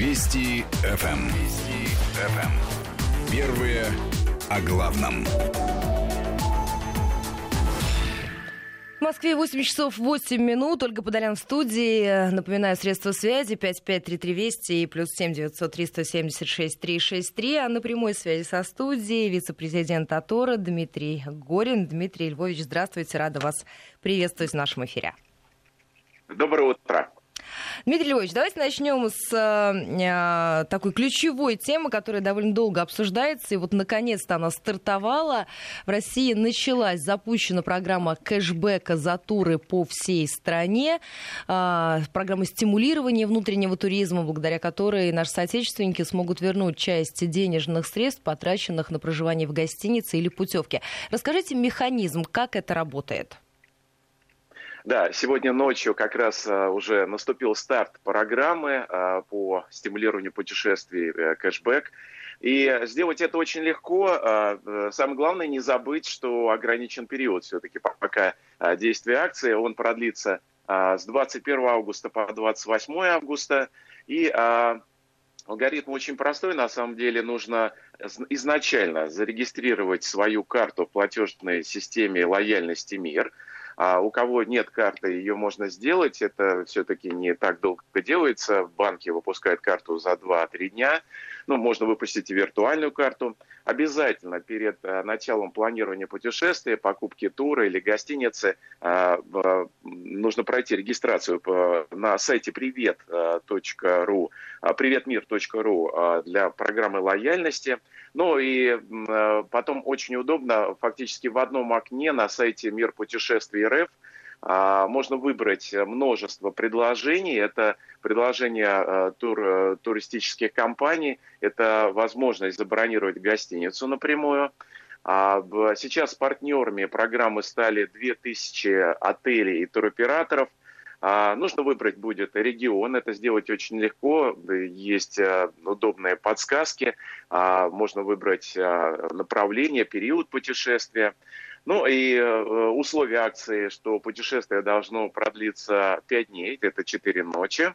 Вести ФМ. Первые о главном. В Москве 8 часов 8 минут. Ольга Подолян в студии. Напоминаю, средства связи 5533 Вести и +7 903 176 363. А на прямой связи со студией вице-президент АТОРа Дмитрий Горин. Дмитрий Львович, здравствуйте. Рада вас приветствовать в нашем эфире. Доброе утро. Дмитрий Львович, давайте начнем с такой ключевой темы, которая довольно долго обсуждается. И вот, наконец-то, она стартовала. В России запущена программа кэшбэка за туры по всей стране. Программа стимулирования внутреннего туризма, благодаря которой наши соотечественники смогут вернуть часть денежных средств, потраченных на проживание в гостинице или путевке. Расскажите механизм, как это работает. Да, сегодня ночью как раз уже наступил старт программы по стимулированию путешествий кэшбэк. И сделать это очень легко. Самое главное не забыть, что ограничен период все-таки, пока действие акции. Он продлится с 21 августа по 28 августа. И алгоритм очень простой. На самом деле нужно изначально зарегистрировать свою карту в платежной системе лояльности МИР. У кого нет карты, ее можно сделать. Это все-таки не так долго делается. Банки выпускают карту за 2-3 дня. Можно выпустить и виртуальную карту. Обязательно перед началом планирования путешествия, покупки тура или гостиницы нужно пройти регистрацию на сайте привет.ру, приветмир.ру для программы лояльности. И потом очень удобно, фактически в одном окне на сайте Мир путешествий РФ можно выбрать множество предложений. Это предложения туристических компаний, это возможность забронировать гостиницу напрямую. Сейчас партнерами программы стали 2000 отелей и туроператоров. Нужно выбрать будет регион, это сделать очень легко, есть удобные подсказки, можно выбрать направление, период путешествия. И условия акции, что путешествие должно продлиться 5 дней, это 4 ночи.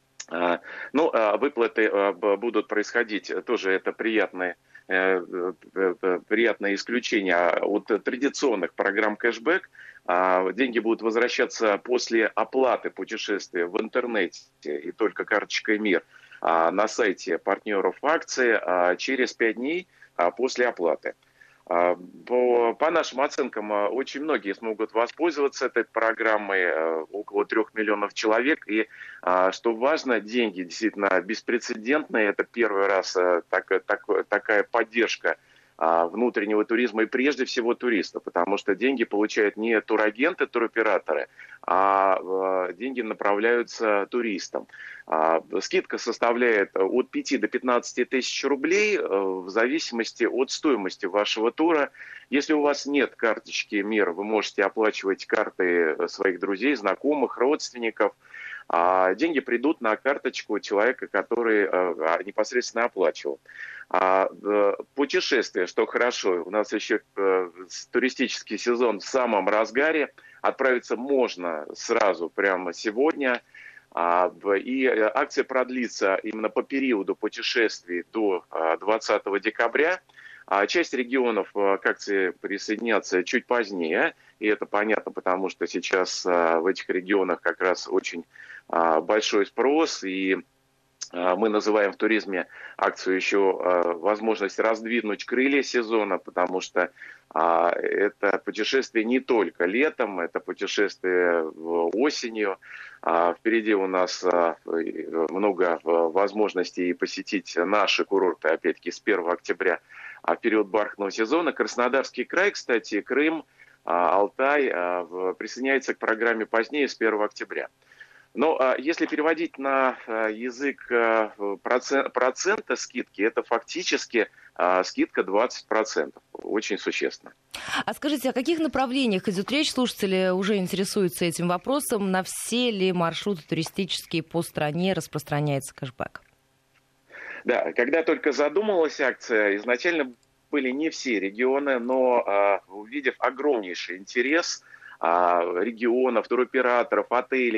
Выплаты будут происходить, тоже это приятное исключение от традиционных программ кэшбэк. Деньги будут возвращаться после оплаты путешествия в интернете и только карточкой МИР на сайте партнеров акции через 5 дней после оплаты. По нашим оценкам, очень многие смогут воспользоваться этой программой, около 3 миллионов человек. И, что важно, деньги действительно беспрецедентные. Это первый раз такая поддержка внутреннего туризма и прежде всего туриста, потому что деньги получают не турагенты, туроператоры, а деньги направляются туристам. Скидка составляет от 5 до 15 тысяч рублей в зависимости от стоимости вашего тура. Если у вас нет карточки МИР, вы можете оплачивать карты своих друзей, знакомых, родственников. Деньги придут на карточку человека, который непосредственно оплачивал. Путешествие, что хорошо, у нас еще туристический сезон в самом разгаре. Отправиться можно сразу, прямо сегодня. И акция продлится именно по периоду путешествий до 20 декабря. Часть регионов к акции присоединятся чуть позднее. И это понятно, потому что сейчас в этих регионах как раз очень большой спрос. И мы называем в туризме акцию еще возможность раздвинуть крылья сезона, потому что это путешествие не только летом, это путешествие осенью. Впереди у нас много возможностей посетить наши курорты, опять-таки, с 1 октября в период бархатного сезона. Краснодарский край, кстати, Крым, Алтай присоединяется к программе позднее, с 1 октября. Но если переводить на язык процента скидки, это фактически скидка 20%. Очень существенно. А скажите, о каких направлениях идет речь? Слушатели уже интересуются этим вопросом. На все ли маршруты туристические по стране распространяется кэшбэк? Да, когда только задумалась акция, изначально были не все регионы, но увидев огромнейший интерес регионов, туроператоров, отелей,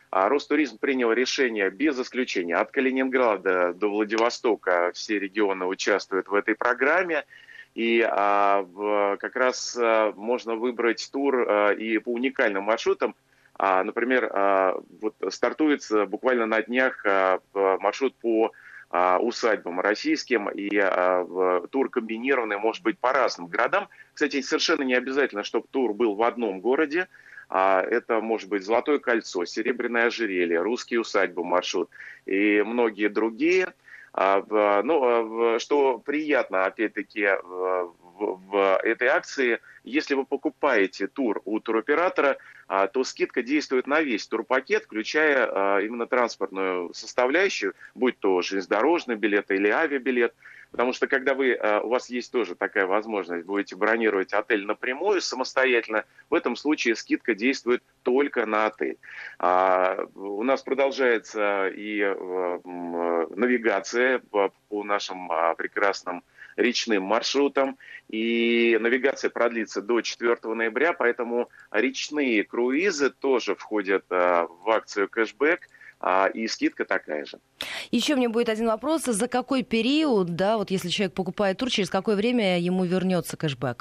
Ростуризм принял решение без исключения. От Калининграда до Владивостока все регионы участвуют в этой программе. И как раз можно выбрать тур и по уникальным маршрутам. Например, вот стартуется буквально на днях маршрут по усадьбам российским, и тур комбинированный может быть по разным городам. Кстати, совершенно не обязательно, чтобы тур был в одном городе. Это может быть Золотое кольцо, Серебряное ожерелье, Русские усадьбы маршрут и многие другие. Но что приятно, опять-таки, в этой акции, если вы покупаете тур у туроператора, то скидка действует на весь турпакет, включая именно транспортную составляющую, будь то железнодорожный билет или авиабилет. Потому что когда у вас есть тоже такая возможность, будете бронировать отель напрямую, самостоятельно, в этом случае скидка действует только на отель. У нас продолжается и навигация по нашим прекрасным речным маршрутам. И навигация продлится до 4 ноября, поэтому речные круизы тоже входят в акцию кэшбэк. И скидка такая же. Еще мне будет один вопрос. За какой период, да, вот если человек покупает тур, через какое время ему вернется кэшбэк?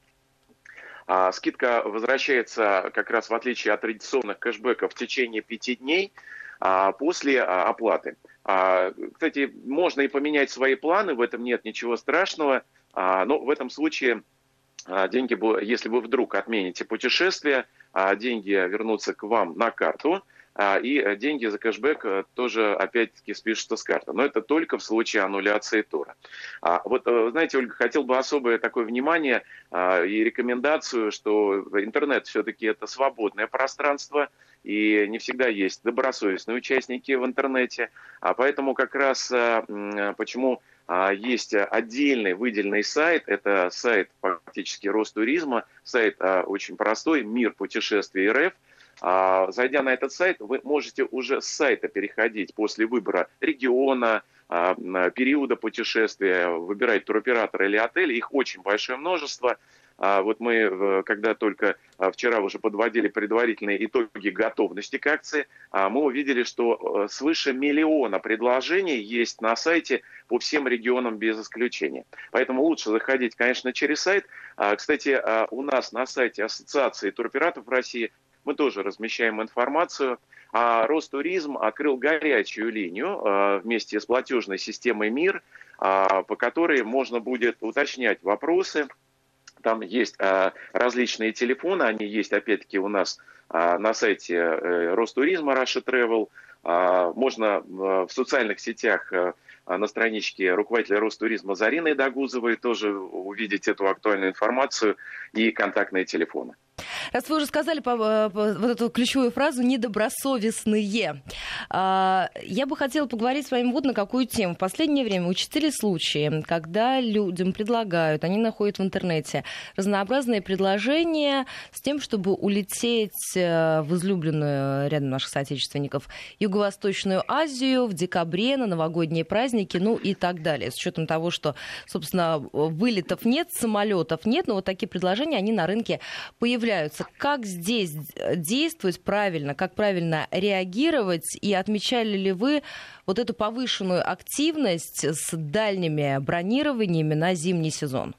Скидка возвращается как раз в отличие от традиционных кэшбэков в течение 5 дней после оплаты. Кстати, можно и поменять свои планы, в этом нет ничего страшного. Но в этом случае деньги, если вы вдруг отмените путешествие, деньги вернутся к вам на карту. И деньги за кэшбэк тоже, опять-таки, спишутся с карты. Но это только в случае аннуляции тура. Вот, знаете, Ольга, хотел бы особое такое внимание и рекомендацию, что интернет все-таки это свободное пространство, и не всегда есть добросовестные участники в интернете. Поэтому как раз почему есть отдельный выделенный сайт, это сайт фактически Ростуризма, сайт очень простой, Мир путешествий РФ. Зайдя на этот сайт, вы можете уже с сайта переходить после выбора региона, периода путешествия, выбирать туроператора или отель. Их очень большое множество. Вот мы, когда только вчера уже подводили предварительные итоги готовности к акции, мы увидели, что свыше 1 миллиона предложений есть на сайте по всем регионам без исключения. Поэтому лучше заходить, конечно, через сайт. Кстати, у нас на сайте Ассоциации туроператоров России мы тоже размещаем информацию. Ростуризм открыл горячую линию вместе с платежной системой МИР, по которой можно будет уточнять вопросы. Там есть различные телефоны, они есть опять-таки у нас на сайте Ростуризма Russia Travel. Можно в социальных сетях на страничке руководителя Ростуризма Зарины Дагузовой тоже увидеть эту актуальную информацию и контактные телефоны. Раз вы уже сказали вот эту ключевую фразу «недобросовестные», я бы хотела поговорить с вами вот на какую тему. В последнее время участились случаи, когда людям предлагают, они находят в интернете разнообразные предложения с тем, чтобы улететь в излюбленную рядом наших соотечественников Юго-Восточную Азию в декабре на новогодние праздники, ну и так далее. С учетом того, что, собственно, вылетов нет, самолетов нет, но вот такие предложения, они на рынке появляются. Как здесь действовать правильно, как правильно реагировать, и отмечали ли вы вот эту повышенную активность с дальними бронированиями на зимний сезон?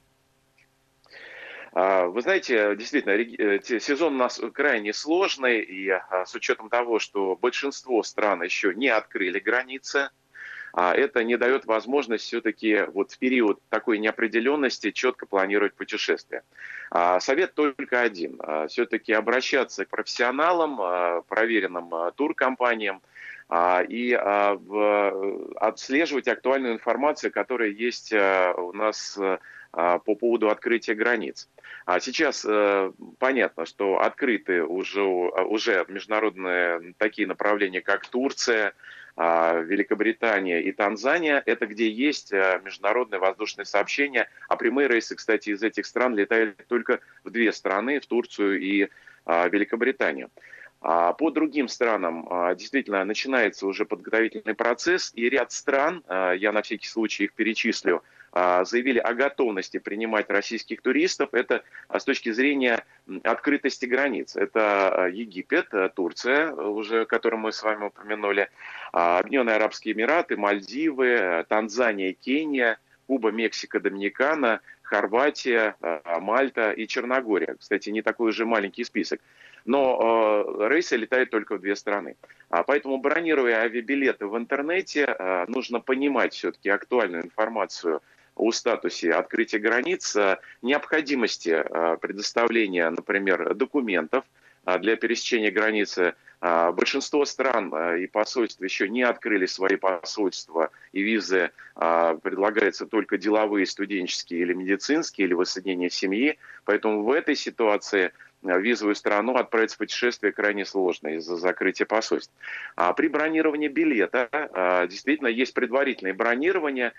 Вы знаете, действительно, сезон у нас крайне сложный, и с учетом того, что большинство стран еще не открыли границы, это не дает возможность все-таки вот в период такой неопределенности четко планировать путешествие. Совет только один. Все-таки обращаться к профессионалам, проверенным туркомпаниям и отслеживать актуальную информацию, которая есть у нас по поводу открытия границ. Сейчас понятно, что открыты уже международные такие направления, как Турция, Великобритания и Танзания. Это где есть международные воздушные сообщения. А прямые рейсы, кстати, из этих стран летают только в 2 страны, в Турцию и Великобританию. По другим странам действительно начинается уже подготовительный процесс, и ряд стран, я на всякий случай их перечислю, заявили о готовности принимать российских туристов. Это с точки зрения открытости границ. Это Египет, Турция, уже, которую мы с вами упомянули, Объединенные Арабские Эмираты, Мальдивы, Танзания, Кения, Куба, Мексика, Доминикана, Хорватия, Мальта и Черногория. Кстати, не такой уже маленький список. Но рейсы летают только в 2 страны. Поэтому, бронируя авиабилеты в интернете, нужно понимать все-таки актуальную информацию о статусе открытия границ, необходимости предоставления, например, документов для пересечения границы. Большинство стран и посольств еще не открыли свои посольства, и визы предлагаются только деловые, студенческие или медицинские, или воссоединение семьи. Поэтому в этой ситуации в визовую страну отправиться в путешествие крайне сложно из-за закрытия посольств. При бронировании билета действительно есть предварительное бронирование,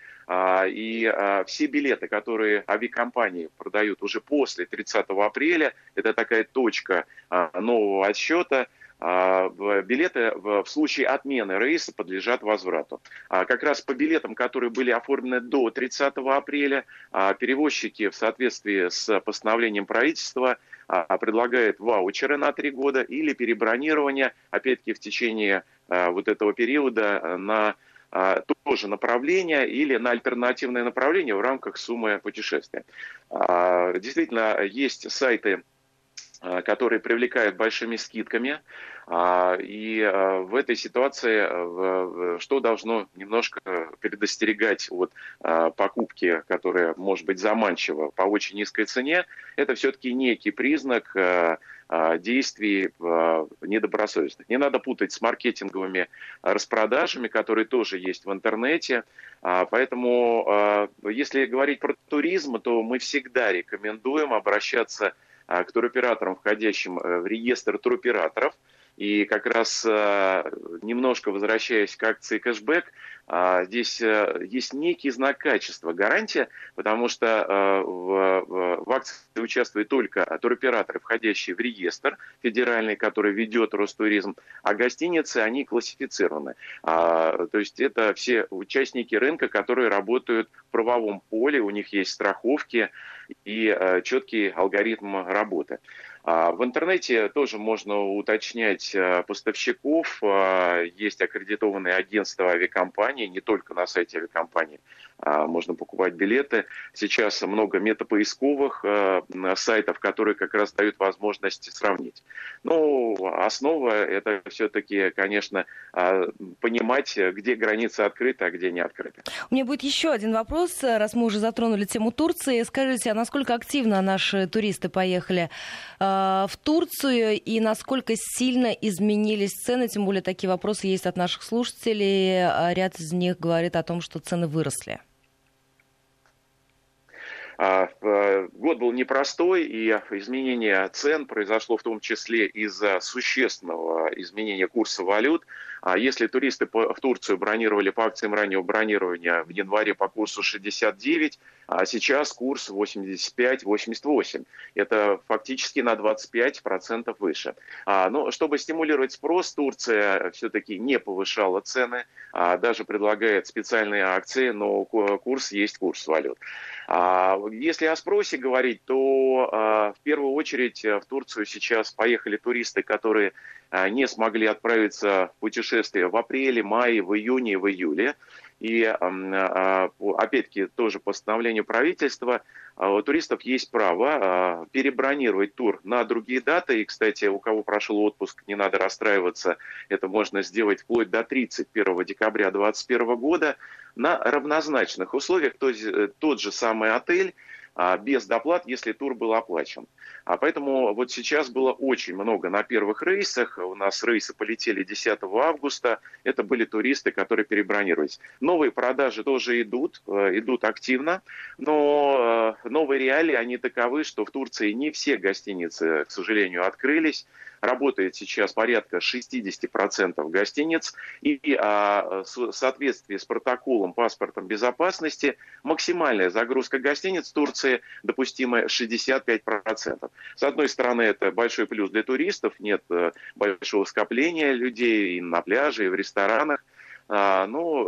и все билеты, которые авиакомпании продают уже после 30 апреля, это такая точка нового отсчета. Билеты в случае отмены рейса подлежат возврату. Как раз по билетам, которые были оформлены до 30 апреля, перевозчики в соответствии с постановлением правительства предлагают ваучеры на 3 года или перебронирование, опять-таки, в течение вот этого периода на тоже направление или на альтернативное направление в рамках суммы путешествия. Действительно, есть сайты, которые привлекают большими скидками. И в этой ситуации что должно немножко предостерегать от покупки, которая может быть заманчива по очень низкой цене, это все-таки некий признак действий недобросовестных. Не надо путать с маркетинговыми распродажами, которые тоже есть в интернете. Поэтому, если говорить про туризм, то мы всегда рекомендуем обращаться к туроператорам, входящим в реестр туроператоров. И как раз немножко возвращаясь к акции кэшбэк, здесь есть некий знак качества, гарантия, потому что в акции участвуют только туроператоры, входящие в реестр федеральный, который ведет Ростуризм, а гостиницы, они классифицированы. То есть это все участники рынка, которые работают в правовом поле, у них есть страховки и четкий алгоритм работы. В интернете тоже можно уточнять поставщиков. Есть аккредитованные агентства авиакомпаний, не только на сайте авиакомпании можно покупать билеты. Сейчас много метапоисковых сайтов, которые как раз дают возможность сравнить. Но основа это все-таки, конечно, понимать, где граница открыта, а где не открыта. У меня будет еще один вопрос, раз мы уже затронули тему Турции. Скажите, а насколько активно наши туристы поехали в Турцию и насколько сильно изменились цены? Тем более такие вопросы есть от наших слушателей. Ряд из них говорит о том, что цены выросли. Год был непростой, и изменение цен произошло в том числе из-за существенного изменения курса валют. Если туристы в Турцию бронировали по акциям раннего бронирования в январе по курсу 69, а сейчас курс 85-88. Это фактически на 25% выше. Но чтобы стимулировать спрос, Турция все-таки не повышала цены, даже предлагает специальные акции, но курс есть курс валют. Если о спросе говорить, то в первую очередь в Турцию сейчас поехали туристы, которые не смогли отправиться в путешествие в апреле, мае, в июне и в июле. И опять-таки тоже по постановлению правительства у туристов есть право перебронировать тур на другие даты. И, кстати, у кого прошел отпуск, не надо расстраиваться, это можно сделать вплоть до 31 декабря 2021 года на равнозначных условиях, то есть тот же самый отель, без доплат, если тур был оплачен. Поэтому вот сейчас было очень много на первых рейсах. У нас рейсы полетели 10 августа. Это были туристы, которые перебронировались. Новые продажи тоже идут активно. Но новые реалии, они таковы, что в Турции не все гостиницы, к сожалению, открылись. Работает сейчас порядка 60% гостиниц. И в соответствии с протоколом, паспортом безопасности, максимальная загрузка гостиниц в Турции допустимая 65%. С одной стороны, это большой плюс для туристов, нет большого скопления людей и на пляже, и в ресторанах. Но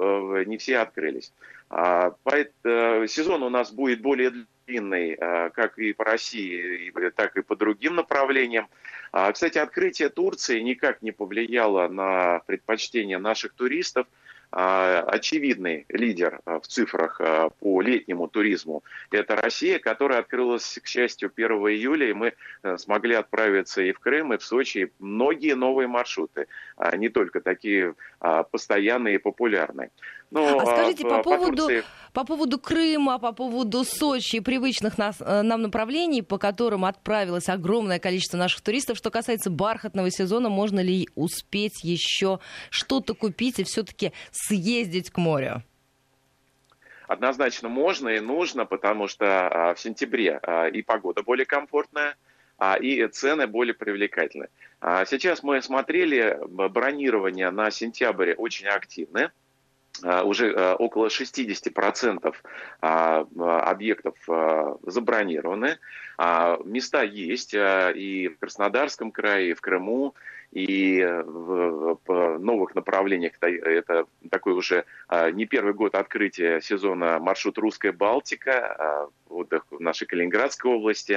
не все открылись. Сезон у нас будет более длинный, как и по России, так и по другим направлениям. Кстати, открытие Турции никак не повлияло на предпочтение наших туристов. Очевидный лидер в цифрах по летнему туризму – это Россия, которая открылась, к счастью, 1 июля, и мы смогли отправиться и в Крым, и в Сочи, и многие новые маршруты, не только такие постоянные и популярные. Но, скажите, по поводу Крыма, по поводу Сочи, привычных нам направлений, по которым отправилось огромное количество наших туристов, что касается бархатного сезона, можно ли успеть еще что-то купить и все-таки съездить к морю? Однозначно можно и нужно, потому что в сентябре и погода более комфортная, и цены более привлекательны. Сейчас мы смотрели, бронирование на сентябрь очень активное. Уже около 60% объектов забронированы. Места есть и в Краснодарском крае, и в Крыму, и в новых направлениях. Это такой уже не первый год открытия сезона маршрут «Русская Балтика», отдых в нашей Калининградской области.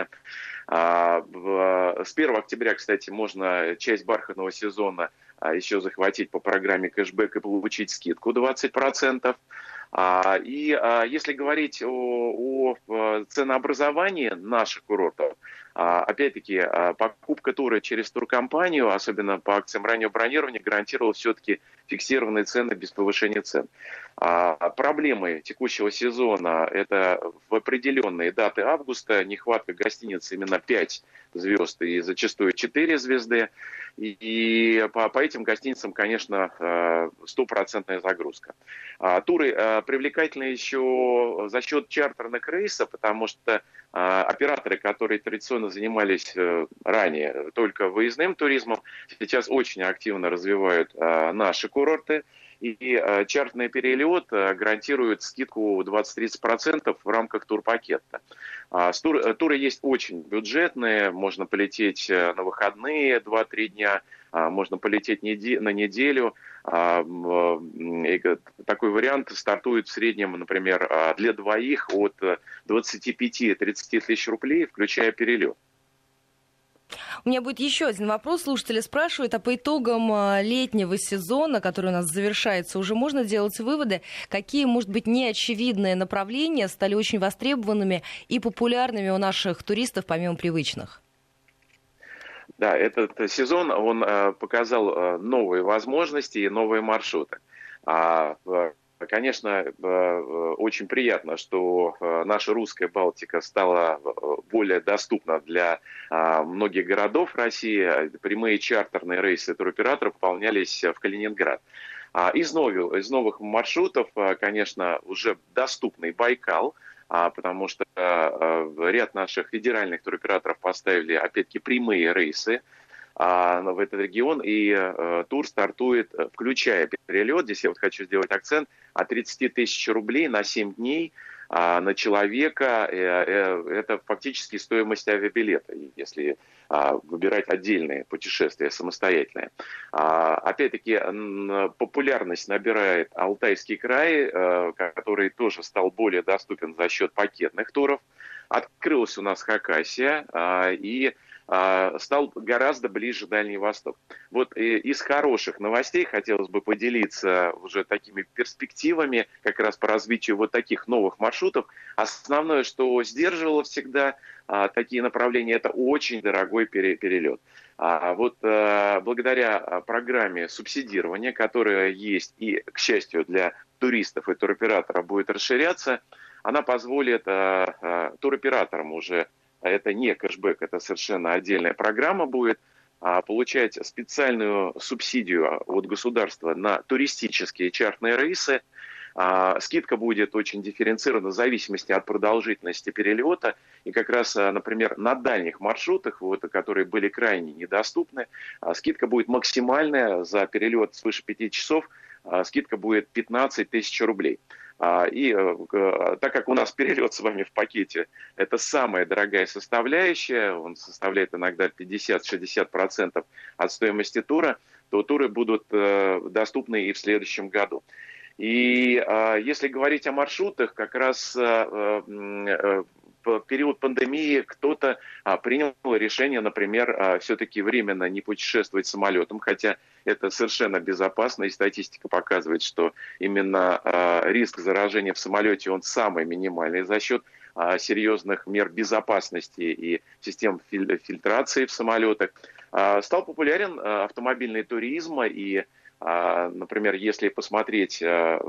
С 1 октября, кстати, можно часть бархатного сезона еще захватить по программе кэшбэк и получить скидку 20%. И если говорить о ценообразовании наших курортов, опять-таки покупка тура через туркомпанию, особенно по акциям раннего бронирования, гарантировала все-таки фиксированные цены без повышения цен. Проблемы текущего сезона – это в определенные даты августа нехватка гостиниц именно 5 звезд и зачастую 4 звезды. И по этим гостиницам, конечно, 100% загрузка. Туры привлекательны еще за счет чартерных рейсов, потому что операторы, которые традиционно занимались ранее только выездным туризмом, сейчас очень активно развивают наши курорты. И чартерный перелет гарантирует скидку 20-30% в рамках турпакета. Туры есть очень бюджетные, можно полететь на выходные 2-3 дня, можно полететь на неделю. Такой вариант стартует в среднем, например, для двоих от 25-30 тысяч рублей, включая перелет. У меня будет еще один вопрос. Слушатели спрашивают, а по итогам летнего сезона, который у нас завершается, уже можно делать выводы, какие, может быть, неочевидные направления стали очень востребованными и популярными у наших туристов, помимо привычных? Да, этот сезон, он показал новые возможности и новые маршруты. Конечно, очень приятно, что наша русская Балтика стала более доступна для многих городов России. Прямые чартерные рейсы туроператоров выполнялись в Калининград. Из новых маршрутов, конечно, уже доступный Байкал, потому что ряд наших федеральных туроператоров поставили, опять-таки, прямые рейсы в этот регион, и тур стартует, включая перелет, здесь я хочу сделать акцент, от 30 тысяч рублей на 7 дней на человека. Это фактически стоимость авиабилета, если выбирать отдельные путешествия самостоятельные. Опять-таки, популярность набирает Алтайский край, который тоже стал более доступен за счет пакетных туров. Открылась у нас Хакасия, и стал гораздо ближе Дальний Восток. Вот из хороших новостей хотелось бы поделиться уже такими перспективами как раз по развитию вот таких новых маршрутов. Основное, что сдерживало всегда такие направления, это очень дорогой перелет. Вот благодаря программе субсидирования, которая есть и, к счастью, для туристов и туроператоров будет расширяться, она позволит туроператорам уже, это не кэшбэк, это совершенно отдельная программа будет, получать специальную субсидию от государства на туристические чартерные рейсы. Скидка будет очень дифференцирована в зависимости от продолжительности перелета. И как раз, например, на дальних маршрутах, вот, которые были крайне недоступны, скидка будет максимальная за перелет свыше 5 часов, скидка будет 15 тысяч рублей. И так как у нас перелет с вами в пакете – это самая дорогая составляющая, он составляет иногда 50-60% от стоимости тура, то туры будут доступны и в следующем году. И если говорить о маршрутах, как раз в период пандемии кто-то принял решение, например, все-таки временно не путешествовать самолетом, хотя это совершенно безопасно, и статистика показывает, что именно риск заражения в самолете, он самый минимальный за счет серьезных мер безопасности и систем фильтрации в самолетах. Стал популярен автомобильный туризм, и, например, если посмотреть,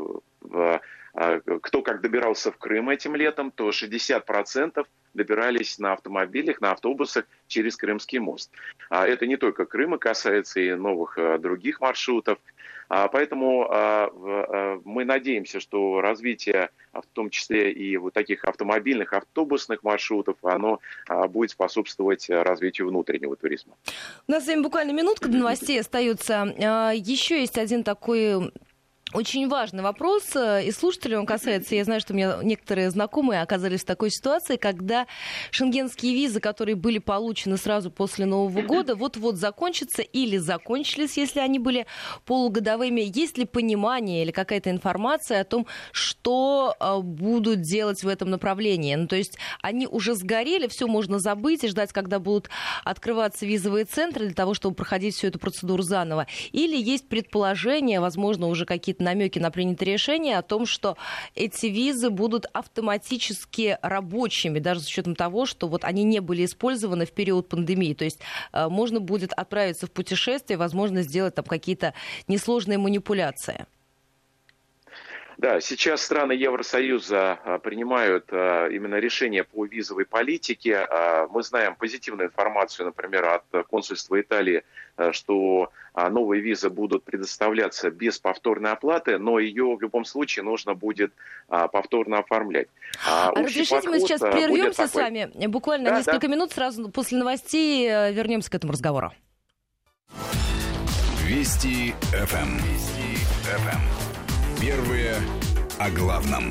кто как добирался в Крым этим летом, то 60% добирались на автомобилях, на автобусах через Крымский мост. Это не только Крыма касается, и новых других маршрутов. Поэтому мы надеемся, что развитие, в том числе и вот таких автомобильных, автобусных маршрутов, оно будет способствовать развитию внутреннего туризма. У нас с вами буквально минутка до новостей остается. Еще есть один такой очень важный вопрос, и слушателей он касается. Я знаю, что у меня некоторые знакомые оказались в такой ситуации, когда шенгенские визы, которые были получены сразу после Нового года, вот-вот закончатся или закончились, если они были полугодовыми. Есть ли понимание или какая-то информация о том, что будут делать в этом направлении? Ну, то есть они уже сгорели, все можно забыть и ждать, когда будут открываться визовые центры для того, чтобы проходить всю эту процедуру заново? Или есть предположение, возможно, уже какие-то намеки на принятое решение о том, что эти визы будут автоматически рабочими, даже с учетом того, что вот они не были использованы в период пандемии. То есть можно будет отправиться в путешествие, возможно, сделать там какие-то несложные манипуляции. Да, сейчас страны Евросоюза принимают именно решения по визовой политике. Мы знаем позитивную информацию, например, от консульства Италии, что новые визы будут предоставляться без повторной оплаты, но ее в любом случае нужно будет повторно оформлять. Разрешите, мы сейчас прервемся с вами. Буквально несколько минут, сразу после новостей вернемся к этому разговору. Вести ФМ. Первые о главном.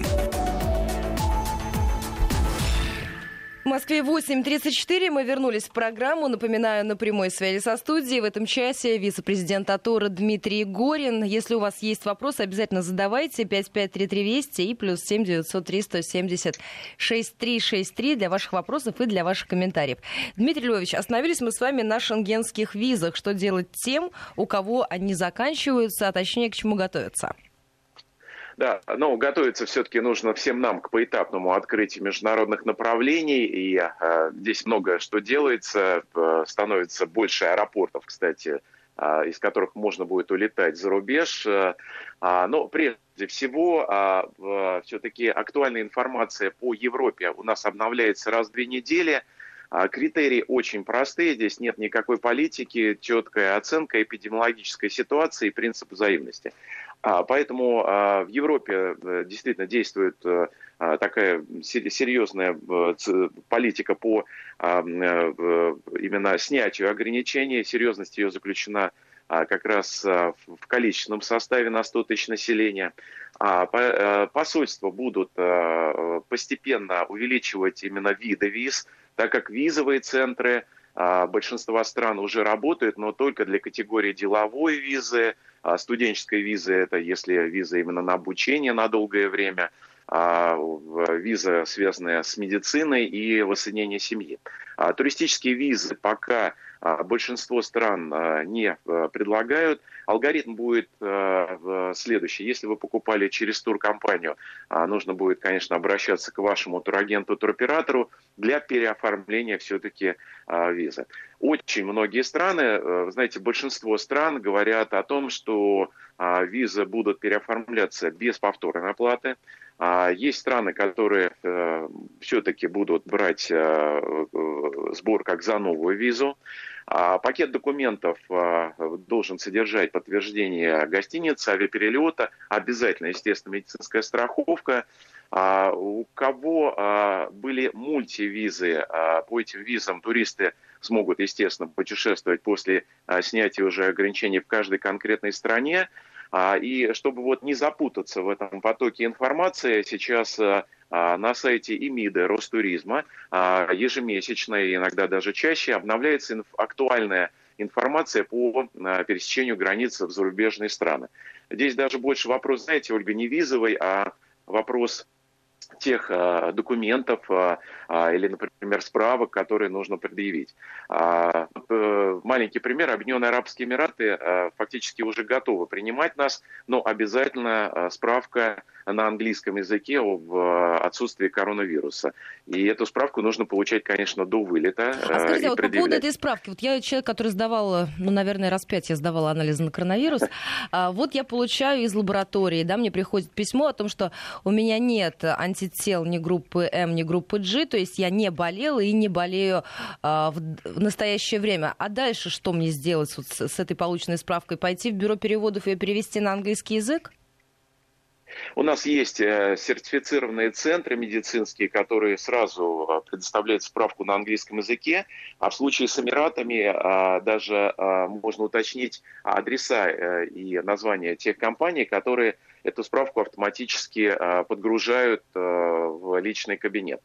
В Москве 8:34. Мы вернулись в программу. Напоминаю, на прямой связи со студией в этом часе вице-президент АТОРа Дмитрий Горин. Если у вас есть вопросы, обязательно задавайте. 553320 и +7 903 170 6363 для ваших вопросов и для ваших комментариев. Дмитрий Львович, остановились мы с вами на шенгенских визах. Что делать тем, у кого они заканчиваются, а точнее, к чему готовиться? Да, но готовиться все-таки нужно всем нам к поэтапному открытию международных направлений, и здесь многое что делается, становится больше аэропортов, кстати, из которых можно будет улетать за рубеж. Но прежде всего, все-таки актуальная информация по Европе у нас обновляется раз в 2 недели. Критерии очень простые, здесь нет никакой политики, четкая оценка эпидемиологической ситуации и принцип взаимности. Поэтому в Европе действительно действует такая серьезная политика по именно снятию ограничений. Серьезность ее заключена как раз в количественном составе на 100 тысяч населения. Посольства будут постепенно увеличивать именно виды виз, так как визовые центры большинства стран уже работают, но только для категории деловой визы, студенческой визы, это если виза именно на обучение на долгое время, виза, связанная с медициной и воссоединение семьи. Туристические визы пока большинство стран не предлагают. Алгоритм будет следующий. Если вы покупали через туркомпанию, нужно будет, конечно, обращаться к вашему турагенту, туроператору для переоформления все-таки визы. Очень многие страны, знаете, большинство стран говорят о том, что визы будут переоформляться без повторной оплаты. Есть страны, которые все-таки будут брать сбор как за новую визу. Пакет документов должен содержать подтверждение гостиницы, авиаперелета, обязательно, естественно, медицинская страховка. У кого были мультивизы, по этим визам туристы смогут, естественно, путешествовать после снятия уже ограничений в каждой конкретной стране. И чтобы вот не запутаться в этом потоке информации, сейчас на сайте ИМИДа Ростуризма ежемесячно, иногда даже чаще, обновляется актуальная информация по пересечению границ в зарубежные страны. Здесь даже больше вопрос, знаете, Ольга, не визовый, а вопрос тех документов или, например, справок, которые нужно предъявить. Маленький пример. Объединенные Арабские Эмираты фактически уже готовы принимать нас, но обязательно справка на английском языке об отсутствии коронавируса. И эту справку нужно получать, конечно, до вылета. Скажите, вот по поводу этой справки, вот я человек, который сдавал, наверное, раз 5 я сдавала анализы на коронавирус, вот я получаю из лаборатории, мне приходит письмо о том, что у меня нет антител ни группы М, ни группы G, то есть я не болела и не болею в настоящее время. А дальше что мне сделать вот с этой полученной справкой? Пойти в бюро переводов и ее перевести на английский язык? У нас есть сертифицированные центры медицинские, которые сразу предоставляют справку на английском языке, а в случае с Эмиратами даже можно уточнить адреса и названия тех компаний, которые эту справку автоматически подгружают в личный кабинет.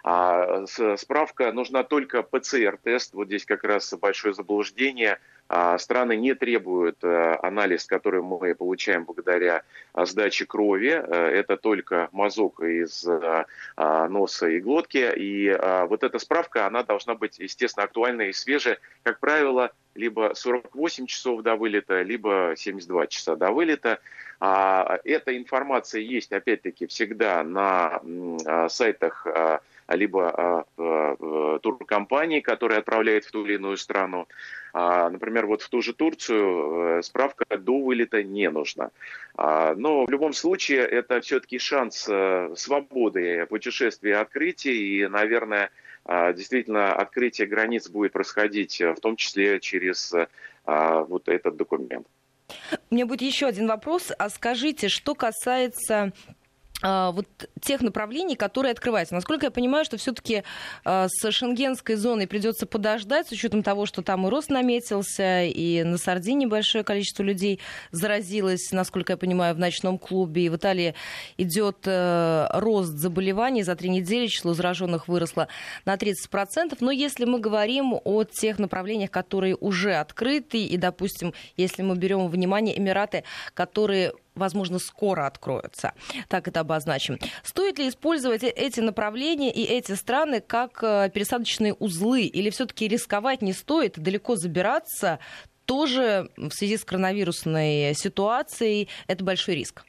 Справка нужна только ПЦР-тест, вот здесь как раз большое заблуждение. Страны не требуют анализ, который мы получаем благодаря сдаче крови. Это только мазок из носа и глотки. И вот эта справка, она должна быть, естественно, актуальной и свежей. Как правило, либо 48 часов до вылета, либо 72 часа до вылета. Эта информация есть, опять-таки, всегда на сайтах либо туркомпании, которые отправляют в ту или иную страну. Например, вот в ту же Турцию справка до вылета не нужна. Но в любом случае это все-таки шанс свободы путешествия и открытия. И, наверное, действительно открытие границ будет происходить в том числе через вот этот документ. У меня будет еще один вопрос. А скажите, что касается вот тех направлений, которые открываются. Насколько я понимаю, что все-таки с шенгенской зоной придется подождать, с учетом того, что там и рост наметился, и на Сардинии большое количество людей заразилось, насколько я понимаю, в ночном клубе. И в Италии идет рост заболеваний. За 3 недели число зараженных выросло на 30%. Но если мы говорим о тех направлениях, которые уже открыты, и, допустим, если мы берем во внимание Эмираты, которые возможно, скоро откроются. Так это обозначим. Стоит ли использовать эти направления и эти страны как пересадочные узлы? Или все-таки рисковать не стоит, далеко забираться? Тоже в связи с коронавирусной ситуацией это большой риск.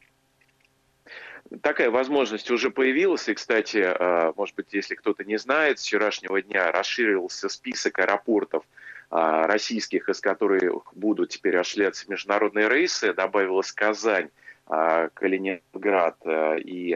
Такая возможность уже появилась. И, кстати, может быть, если кто-то не знает, с вчерашнего дня расширился список аэропортов российских, из которых будут теперь осуществляться международные рейсы. Добавилась Казань, Калининград и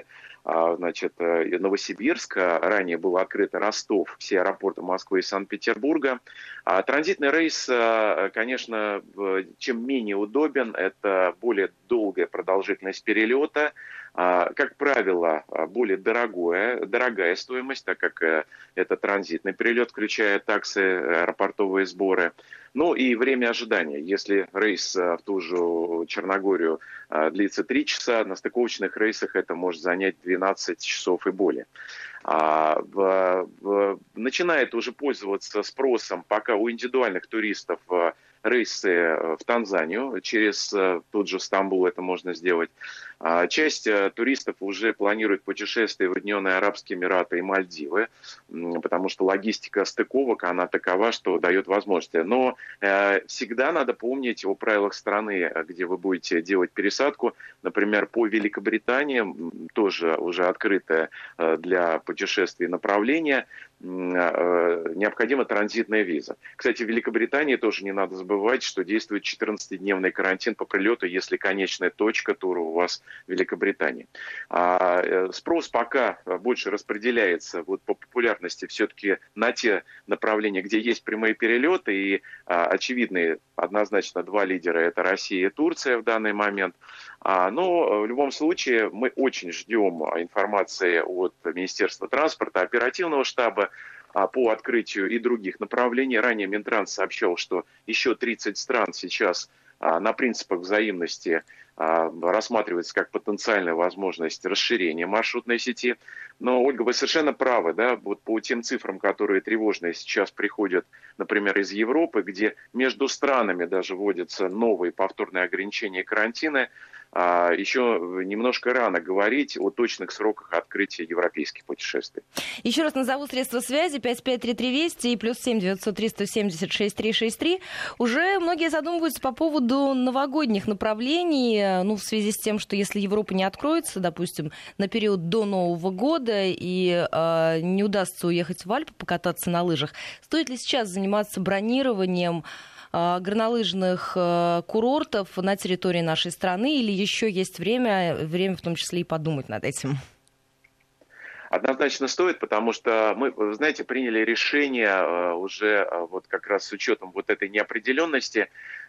Новосибирск. Ранее было открыто Ростов, все аэропорты Москвы и Санкт-Петербурга. Транзитный рейс, конечно, чем менее удобен, это более долгая продолжительность перелета. Как правило, более дорогая стоимость, так как это транзитный перелет, включая таксы, аэропортовые сборы. Ну и время ожидания. Если рейс в ту же Черногорию длится 3 часа, на стыковочных рейсах это может занять 12 часов и более. Начинает уже пользоваться спросом пока у индивидуальных туристов рейсы в Танзанию, через тот же Стамбул это можно сделать. Часть туристов уже планирует путешествие в Объединенные Арабские Эмираты и Мальдивы, потому что логистика стыковок, она такова, что дает возможности. Но всегда надо помнить о правилах страны, где вы будете делать пересадку. Например, по Великобритании, тоже уже открытое для путешествий направление, необходима транзитная виза. Кстати, в Великобритании тоже не надо забывать, что действует 14-дневный карантин по прилету, если конечная точка тура у вас в Великобритании. Спрос пока больше распределяется по популярности все-таки на те направления, где есть прямые перелеты, и очевидные однозначно 2 лидера – это Россия и Турция в данный момент. Но в любом случае мы очень ждем информации от Министерства транспорта, оперативного штаба по открытию и других направлений. Ранее Минтранс сообщал, что еще 30 стран сейчас на принципах взаимности рассматривается как потенциальная возможность расширения маршрутной сети. Но, Ольга, вы совершенно правы, да, вот по тем цифрам, которые тревожные сейчас приходят, например, из Европы, где между странами даже вводятся новые повторные ограничения и карантины, еще немножко рано говорить о точных сроках открытия европейских путешествий. Еще раз назову средства связи 553320 и +7 903 170 6363. Уже многие задумываются по поводу новогодних направлений, в связи с тем, что если Европа не откроется, допустим, на период до Нового года и не удастся уехать в Альпы покататься на лыжах, стоит ли сейчас заниматься бронированием горнолыжных курортов на территории нашей страны, или еще есть время в том числе и подумать над этим? Однозначно стоит, потому что мы, вы знаете, приняли решение уже вот как раз с учетом вот этой неопределенности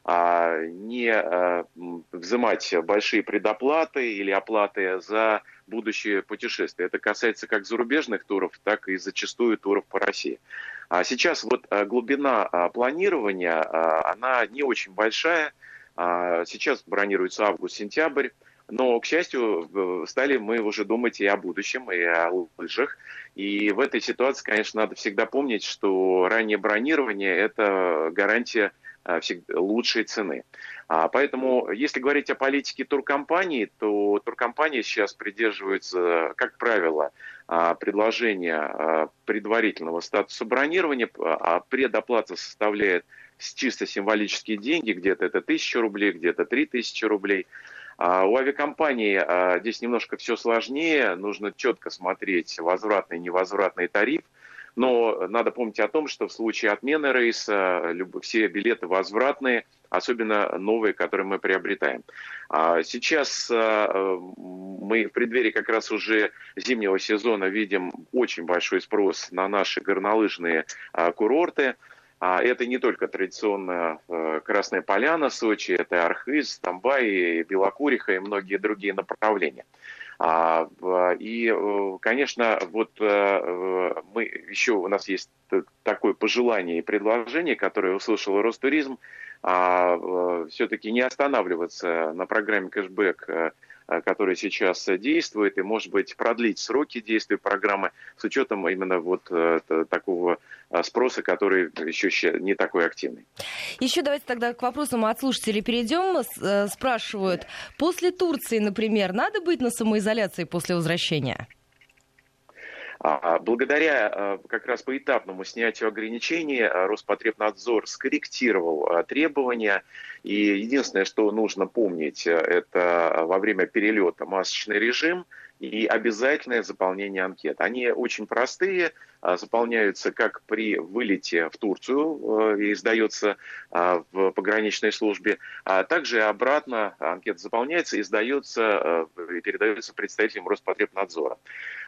не взимать большие предоплаты или оплаты за будущее путешествие. Это касается как зарубежных туров, так и зачастую туров по России. А сейчас вот глубина планирования, она не очень большая. Сейчас бронируется август-сентябрь. Но, к счастью, стали мы уже думать и о будущем, и о лыжах. И в этой ситуации, конечно, надо всегда помнить, что раннее бронирование – это гарантия лучшей цены. Поэтому, если говорить о политике туркомпании, то туркомпании сейчас придерживаются, как правило, предложения предварительного статуса бронирования, а предоплата составляет чисто символические деньги, где-то это 1000 рублей, где-то 3000 рублей. У авиакомпаний здесь немножко все сложнее, нужно четко смотреть возвратный и невозвратный тариф, но надо помнить о том, что в случае отмены рейса все билеты возвратные, особенно новые, которые мы приобретаем. Сейчас мы в преддверии как раз уже зимнего сезона видим очень большой спрос на наши горнолыжные курорты. Это не только традиционная Красная Поляна, Сочи, это Архыз, Тамбай, Белокуриха и многие другие направления. И, конечно, вот мы еще у нас есть такое пожелание и предложение, которое услышал Ростуризм, все-таки не останавливаться на программе кэшбэк, которая сейчас действует, и, может быть, продлить сроки действия программы с учетом именно вот такого спроса, который еще не такой активный. Еще давайте тогда к вопросам от слушателей перейдем. Спрашивают, после Турции, например, надо быть на самоизоляции после возвращения? Благодаря как раз поэтапному снятию ограничений Роспотребнадзор скорректировал требования. И единственное, что нужно помнить, это во время перелета масочный режим и обязательное заполнение анкет. Они очень простые, заполняются как при вылете в Турцию и сдается в пограничной службе, а также обратно анкета заполняется и сдается, передается представителям Роспотребнадзора.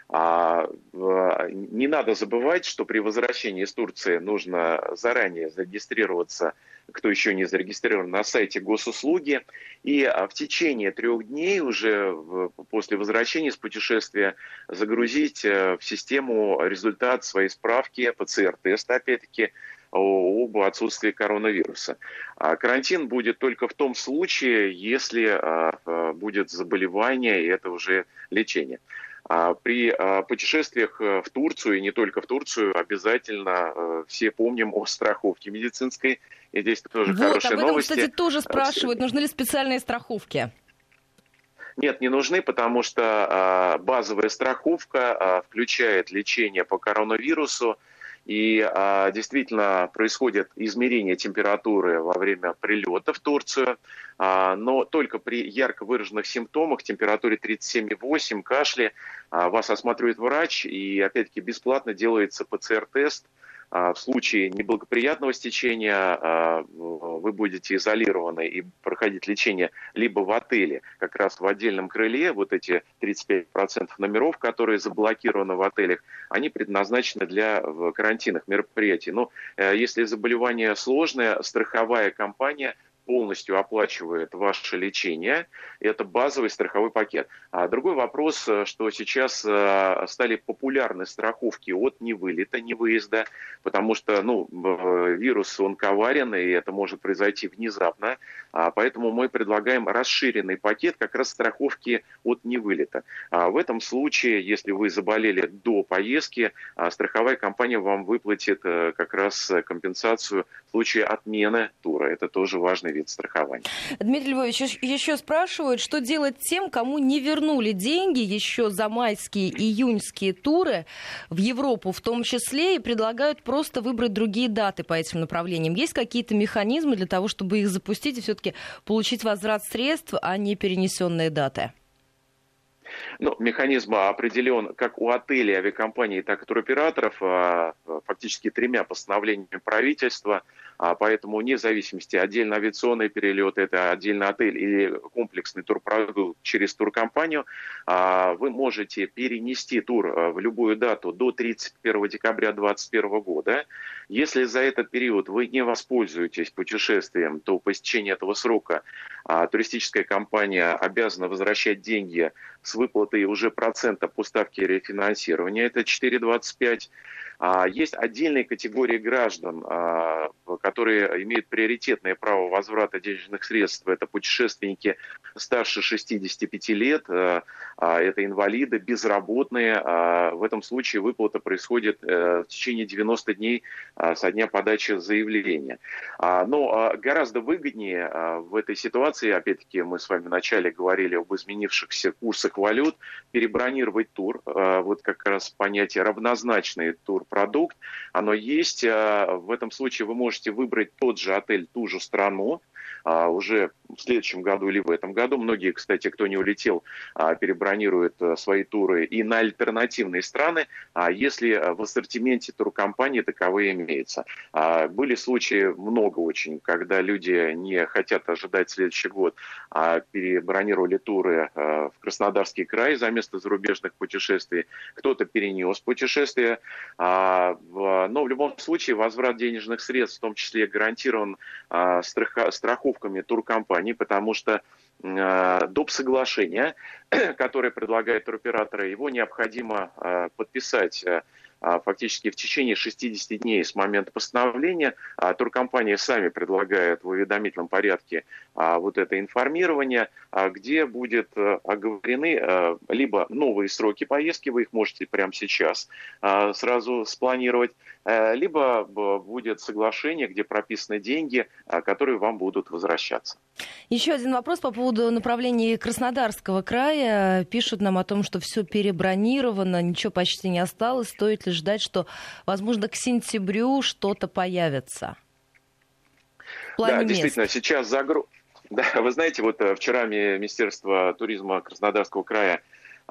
Не надо забывать, что при возвращении из Турции нужно заранее зарегистрироваться, кто еще не зарегистрирован, на сайте госуслуги. И в течение 3 дней уже после возвращения с путешествия загрузить в систему результат своей справки, ПЦР-теста, опять-таки, об отсутствии коронавируса. Карантин будет только в том случае, если будет заболевание, и это уже лечение. При путешествиях в Турцию, и не только в Турцию, обязательно все помним о страховке медицинской. И здесь тоже хорошие новости. Кстати, тоже спрашивают, нужны ли специальные страховки? Нет, не нужны, потому что базовая страховка включает лечение по коронавирусу. И действительно происходит измерение температуры во время прилета в Турцию, но только при ярко выраженных симптомах, температуре 37,8, кашле, вас осматривает врач, и опять-таки бесплатно делается ПЦР-тест. В случае неблагоприятного стечения вы будете изолированы и проходить лечение либо в отеле, как раз в отдельном крыле, вот эти 35% номеров, которые заблокированы в отелях, они предназначены для карантинных мероприятий. Но если заболевание сложное, страховая компания полностью оплачивает ваше лечение. Это базовый страховой пакет. А другой вопрос, что сейчас стали популярны страховки от невылета, невыезда, потому что вирус, он коварен, и это может произойти внезапно. Поэтому мы предлагаем расширенный пакет как раз страховки от невылета. В этом случае, если вы заболели до поездки, страховая компания вам выплатит как раз компенсацию в случае отмены тура. Это тоже важный вид страхования. Дмитрий Львович, еще спрашивают, что делать тем, кому не вернули деньги еще за майские, июньские туры в Европу в том числе, и предлагают просто выбрать другие даты по этим направлениям. Есть какие-то механизмы для того, чтобы их запустить и все-таки получить возврат средств, а не перенесенные даты? Механизм определен как у отелей, авиакомпаний, так и туроператоров, фактически 3 постановлениями правительства. Поэтому вне зависимости, отдельно авиационный перелет, это отдельно отель или комплексный турпродукт через туркомпанию, вы можете перенести тур в любую дату до 31 декабря 2021 года. Если за этот период вы не воспользуетесь путешествием, то по истечении этого срока туристическая компания обязана возвращать деньги с выплатой уже процента по ставке рефинансирования, это 4,25. Есть отдельные категории граждан, которые имеют приоритетное право возврата денежных средств. Это путешественники старше 65 лет, это инвалиды, безработные. В этом случае выплата происходит в течение 90 дней со дня подачи заявления. Но гораздо выгоднее в этой ситуации, опять-таки мы с вами вначале говорили об изменившихся курсах валют, перебронировать тур. Вот как раз понятие равнозначный турпродукт, оно есть. В этом случае вы можете выбрать тот же отель, ту же страну, уже в следующем году или в этом году. Многие, кстати, кто не улетел, перебронируют свои туры и на альтернативные страны, если в ассортименте туркомпании таковые имеются. Были случаи, много очень, когда люди не хотят ожидать следующий год, а перебронировали туры в Краснодарский край за место зарубежных путешествий. Кто-то перенес путешествие. Но в любом случае возврат денежных средств, в том числе гарантирован страховками туркомпаний, потому что доп. Соглашение, которое предлагает туроператоры, его необходимо подписать фактически в течение 60 дней с момента постановления. Туркомпании сами предлагают в уведомительном порядке вот это информирование, где будет оговорены либо новые сроки поездки, вы их можете прямо сейчас сразу спланировать, либо будет соглашение, где прописаны деньги, которые вам будут возвращаться. Еще один вопрос по поводу направлений Краснодарского края. Пишут нам о том, что все перебронировано, ничего почти не осталось. Стоит ли ждать, что, возможно, к сентябрю что-то появится? Да, действительно, сейчас Да, вы знаете, вот вчера Министерство туризма Краснодарского края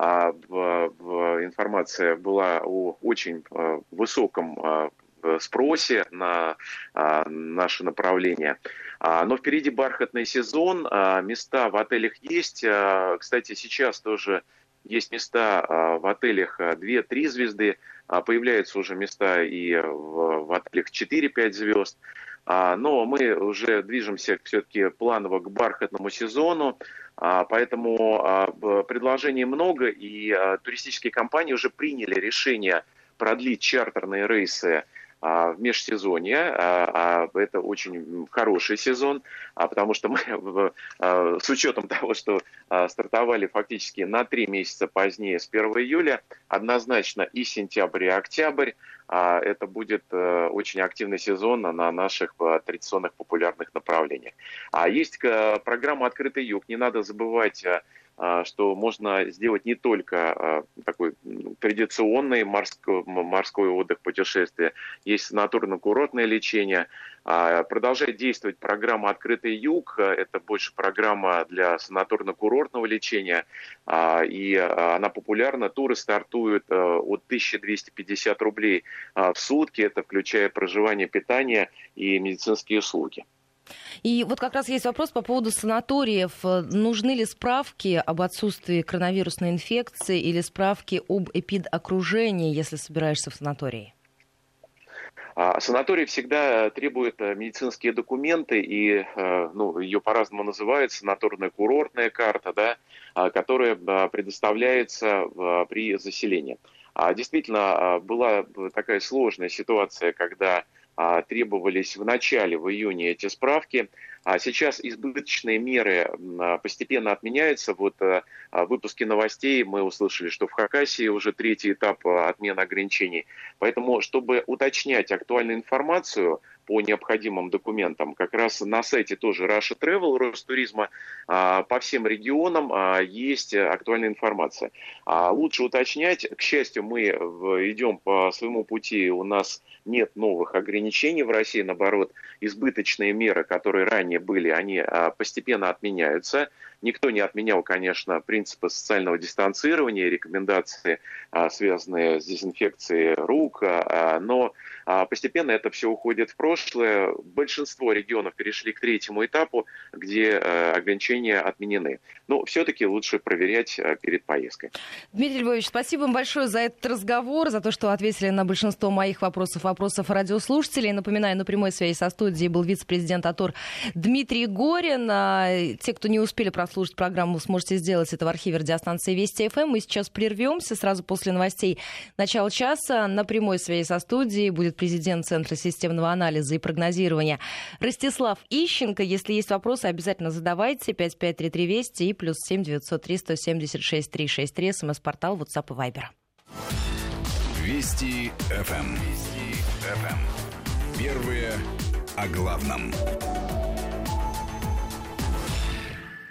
информация была о очень высоком спросе на наше направление. Но впереди бархатный сезон, места в отелях есть. Кстати, сейчас тоже есть места в отелях 2-3 звезды, появляются уже места и в отелях 4-5 звезд. Но мы уже движемся все-таки планово к бархатному сезону, поэтому предложений много, и туристические компании уже приняли решение продлить чартерные рейсы в межсезонье. Это очень хороший сезон, потому что мы, с учетом того, что стартовали фактически на 3 месяца позднее, с 1 июля, однозначно и сентябрь, и октябрь, это будет очень активный сезон на наших традиционных популярных направлениях. Есть программа «Открытый юг». Не надо забывать, что можно сделать не только такой традиционный морской отдых, путешествие. Есть санаторно-курортное лечение. Продолжает действовать программа «Открытый юг». Это больше программа для санаторно-курортного лечения. И она популярна. Туры стартуют от 1250 рублей в сутки. Это включая проживание, питание и медицинские услуги. И вот как раз есть вопрос по поводу санаториев. Нужны ли справки об отсутствии коронавирусной инфекции или справки об эпидокружении, если собираешься в санатории? Санаторий всегда требует медицинские документы, и ее по-разному называют, санаторно-курортная карта, да, которая предоставляется при заселении. Действительно, была такая сложная ситуация, когда требовались в начале, в июне эти справки. Сейчас избыточные меры постепенно отменяются. Вот в выпуске новостей мы услышали, что в Хакасии уже 3-й этап отмены ограничений. Поэтому, чтобы уточнять актуальную информацию по необходимым документам, как раз на сайте тоже Russia Travel, Ростуризма, по всем регионам есть актуальная информация. Лучше уточнять. К счастью, мы идем по своему пути, у нас нет новых ограничений в России, наоборот, избыточные меры, которые ранее были, они постепенно отменяются. Никто не отменял, конечно, принципы социального дистанцирования, рекомендации, связанные с дезинфекцией рук, но постепенно это все уходит в прошлое. Большинство регионов перешли к 3-му этапу, где ограничения отменены. Но все-таки лучше проверять перед поездкой. Дмитрий Львович, спасибо вам большое за этот разговор, за то, что ответили на большинство моих вопросов радиослушателей. Напоминаю, на прямой связи со студией был вице-президент АТОР Дмитрий Горин. Те, кто не успели прослушать программу, сможете сделать это в архиве радиостанции Вести ФМ. Мы сейчас прервемся сразу после новостей начала часа. На прямой связи со студией будет президент Центра системного анализа и прогнозирования Ростислав Ищенко. Если есть вопросы, обязательно задавайте. 5533 Вести и +7 903 176 363. СМС-портал, WhatsApp и Viber. Вести ФМ. Первые о главном.